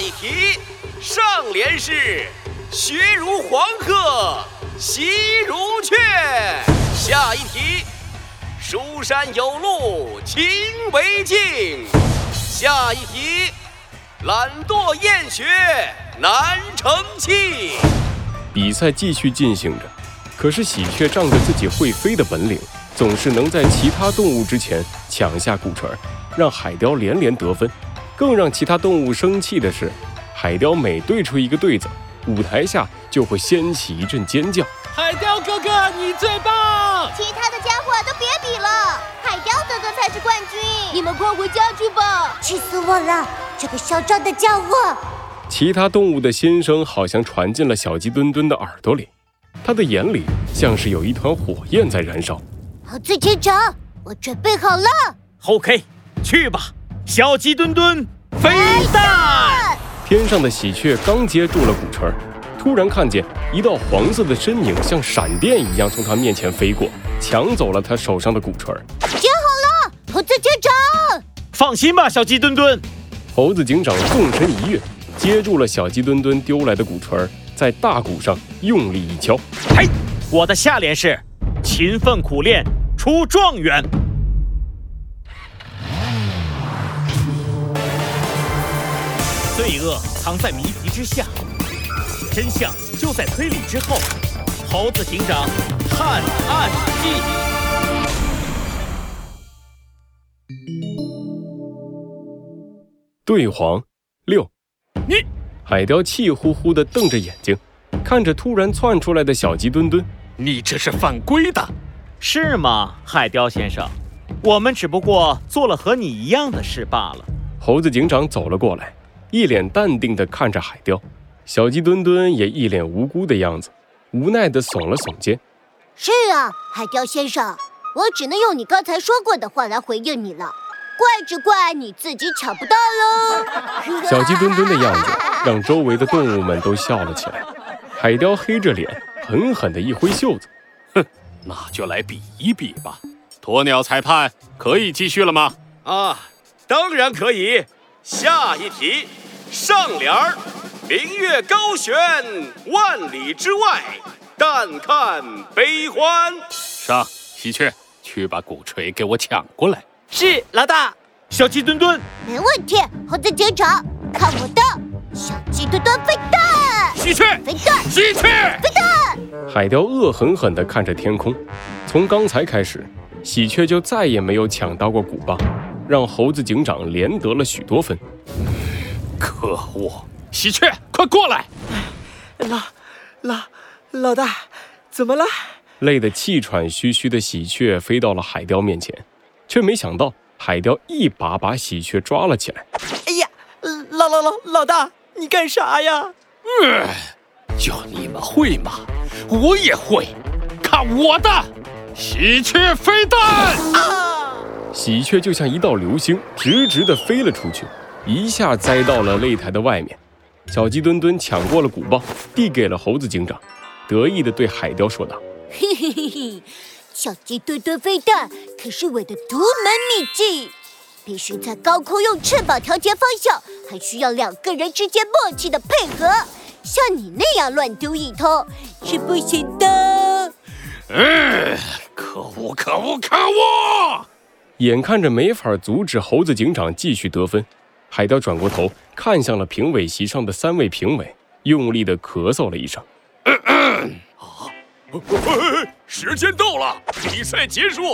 一题，上联是学如黄鹤，习如雀。下一题，书山有路勤为径。下一题，懒惰厌学难成器。 比赛继续进行着，可是喜鹊仗着自己会飞的本领，总是能在其他动物之前抢下鼓槌，让海雕连连得分。更让其他动物生气的是，海雕每对出一个对子，舞台下就会掀起一阵尖叫。 海雕哥哥，你最棒！ 其他的家伙都别比了，海雕哥哥才是冠军！你们快回家去吧！气死我了，这个嚣张的家伙！ 其他动物的心声好像传进了小鸡墩墩的耳朵里，他的眼里像是有一团火焰在燃烧。 猴子警长，我准备好了。 OK， 去吧，小鸡墩墩飞弹！ 天上的喜鹊刚接住了鼓槌，突然看见一道黄色的身影像闪电一样从他面前飞过，抢走了他手上的鼓槌。 接好了，猴子警长！ 放心吧，小鸡墩墩。 猴子警长纵身一跃，接住了小鸡墩墩丢来的鼓槌，在大鼓上用力一敲。 嘿，我的下联是勤奋苦练出状元。罪恶藏在谜题之下，真相就在推理之后。猴子警长探案记。 对黄6， 你海雕气呼呼地瞪着眼睛，看着突然窜出来的小鸡墩墩。 你这是犯规的。 是吗，海雕先生？我们只不过做了和你一样的事罢了。 猴子警长走了过来，一脸淡定地看着海雕，小鸡墩墩也一脸无辜的样子，无奈地耸了耸肩。 是啊，海雕先生，我只能用你刚才说过的话来回应你了。怪只怪你自己抢不到喽！ 小鸡墩墩的样子让周围的动物们都笑了起来。海雕黑着脸，狠狠地一挥袖子， 哼，那就来比一比吧。鸵鸟裁判，可以继续了吗？ 当然可以。下一题，上联儿，明月高悬万里之外，但看悲欢。 上，喜鹊，去把鼓槌给我抢过来。 是，老大。小鸡墩墩， 没问题，猴子警长，看我的小鸡墩墩飞弹！ 喜鹊， 飞弹！ 喜鹊， 飞弹！ 海雕恶狠狠地看着天空。从刚才开始，喜鹊就再也没有抢到过鼓棒，让猴子警长连得了许多分。 可恶！喜鹊，快过来！ 老大，怎么了？ 累得气喘吁吁的喜鹊飞到了海雕面前，却没想到海雕一把把喜鹊抓了起来。 哎呀，老大，你干啥呀？ 就你们会吗？我也会，看我的喜鹊飞弹！ 喜鹊就像一道流星，直直地飞了出去，一下栽到了擂台的外面。小鸡墩墩抢过了鼓棒，递给了猴子警长，得意地对海雕说道： 嘿嘿嘿嘿，小鸡墩墩飞弹可是我的独门秘技，必须在高空用翅膀调节方向，还需要2个人之间默契的配合。像你那样乱丢一通是不行的。 可恶！ 眼看着没法阻止猴子警长继续得分，海雕转过头看向了评委席上的3位评委，用力地咳嗽了一声。 时间到了，比赛结束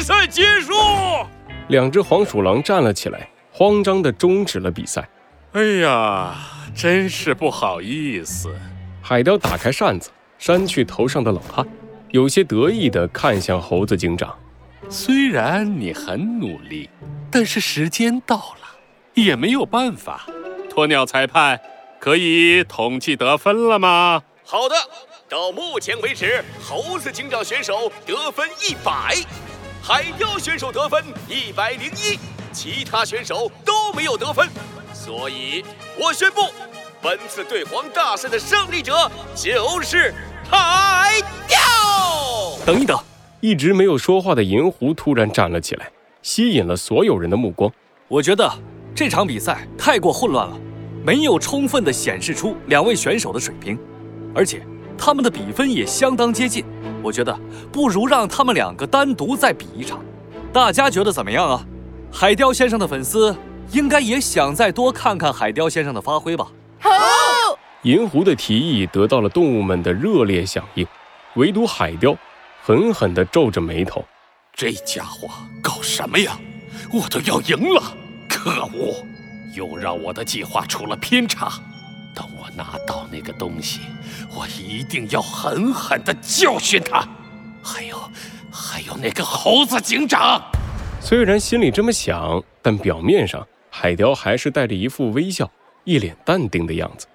2只黄鼠狼站了起来，慌张地终止了比赛。 哎呀，真是不好意思。 海雕打开扇子，扇去头上的冷汗，有些得意地看向猴子警长。 虽然你很努力，但是时间到了，也没有办法。鸵鸟裁判，可以统计得分了吗？ 好的，到目前为止，猴子警长选手得分100，海雕选手得分101，其他选手都没有得分，所以我宣布，本次对黄大赛的胜利者就是海雕。 等一等！一直没有说话的银狐突然站了起来，吸引了所有人的目光。 我觉得这场比赛太过混乱了， 没有充分地显示出两位选手的水平，而且他们的比分也相当接近。我觉得不如让他们两个单独再比一场，大家觉得怎么样啊？海雕先生的粉丝应该也想再多看看海雕先生的发挥吧？ 好！ 银狐的提议得到了动物们的热烈响应，唯独海雕狠狠地皱着眉头。 这家伙搞什么呀？我都要赢了！可恶，又让我的计划出了偏差。等我拿到那个东西，我一定要狠狠地教训他。还有那个猴子警长。 虽然心里这么想，但表面上海雕还是带着一副微笑，一脸淡定的样子。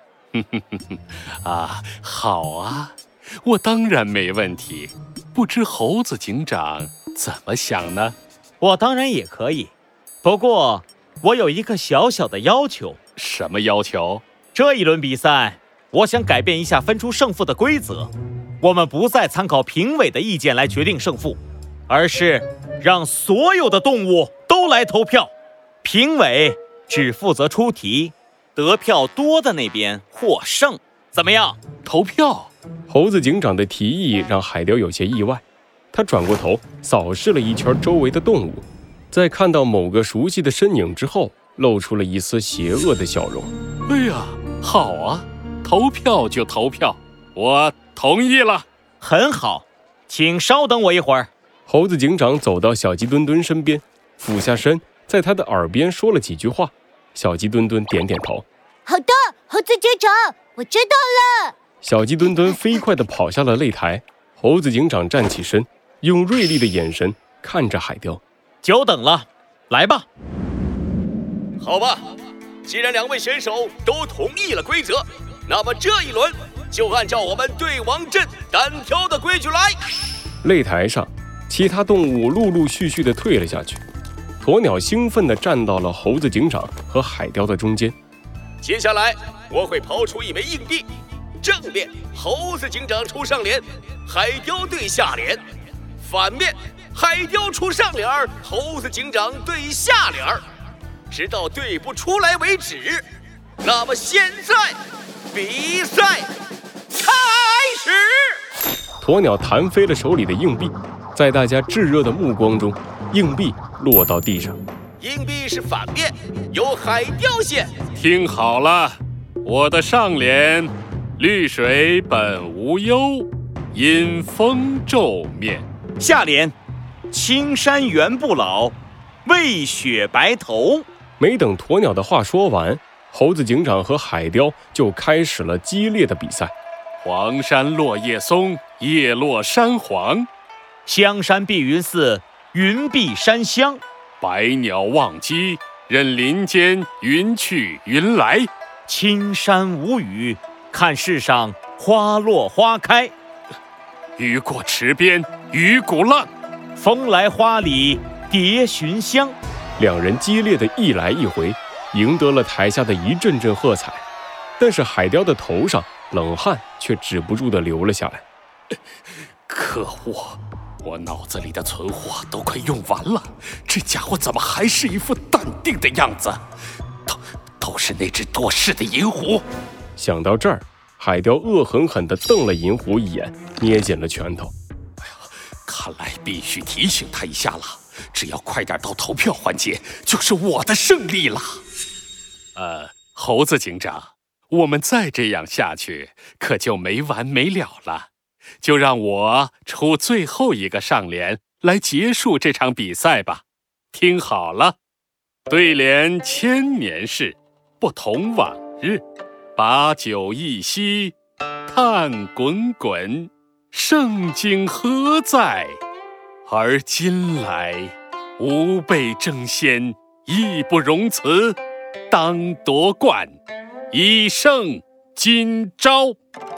好啊，我当然没问题。不知猴子警长怎么想呢？ 我当然也可以，不过我有一个小小的要求。 什么要求？ 这一轮比赛，我想改变一下分出胜负的规则。我们不再参考评委的意见来决定胜负，而是让所有的动物都来投票，评委只负责出题，得票多的那边获胜。怎么样？ 投票？ 猴子警长的提议让海雕有些意外，他转过头扫视了一圈周围的动物，在看到某个熟悉的身影之后，露出了一丝邪恶的笑容。 哎呀，好啊，投票就投票，我同意了。 很好，请稍等我一会儿。 猴子警长走到小鸡墩墩身边，俯下身，在他的耳边说了几句话。小鸡墩墩点点头。 好的，猴子警长，我知道了。 小鸡墩墩飞快地跑下了擂台。猴子警长站起身，用锐利的眼神看着海雕。 久等了，来吧。 好吧，既然两位选手都同意了规则，那么这一轮就按照我们对王阵单挑的规矩来。 擂台上，其他动物陆陆续续地退了下去。鸵鸟兴奋地站到了猴子警长和海雕的中间。 接下来我会抛出一枚硬币，正面猴子警长出上联，海雕对下联；反面海雕出上联，猴子警长对下联，直到对不出来为止。那么现在比赛开始。 鸵鸟弹飞了手里的硬币，在大家炙热的目光中，硬币落到地上。 硬币是反面，由海雕先。 听好了，我的上联：绿水本无忧，因风皱面。 下联：青山原不老，为雪白头。 没等鸵鸟的话说完，猴子警长和海雕就开始了激烈的比赛。 黄山落叶松，叶落山黄。 香山碧云寺，云碧山香。 百鸟望鸡，任林间云去云来。 青山无语，看世上花落花开。 雨过池边，鱼骨浪。 风来花里，蝶寻香。 两人激烈的一来一回，赢得了台下的一阵阵喝彩。但是海雕的头上冷汗却止不住地流了下来。 可恶，我脑子里的存货都快用完了，这家伙怎么还是一副淡定的样子？都是那只多事的银狐。 想到这儿，海雕恶狠狠地瞪了银狐一眼，捏紧了拳头。 哎呀，看来必须提醒他一下了。只要快点到投票环节，就是我的胜利了。猴子警长，我们再这样下去，可就没完没了了。就让我出最后一个上联来结束这场比赛吧。听好了，对联千年事，不同往日。把酒一夕，叹滚滚，盛景何在？而今来，吾辈争先，义不容辞，当夺冠，以胜今朝。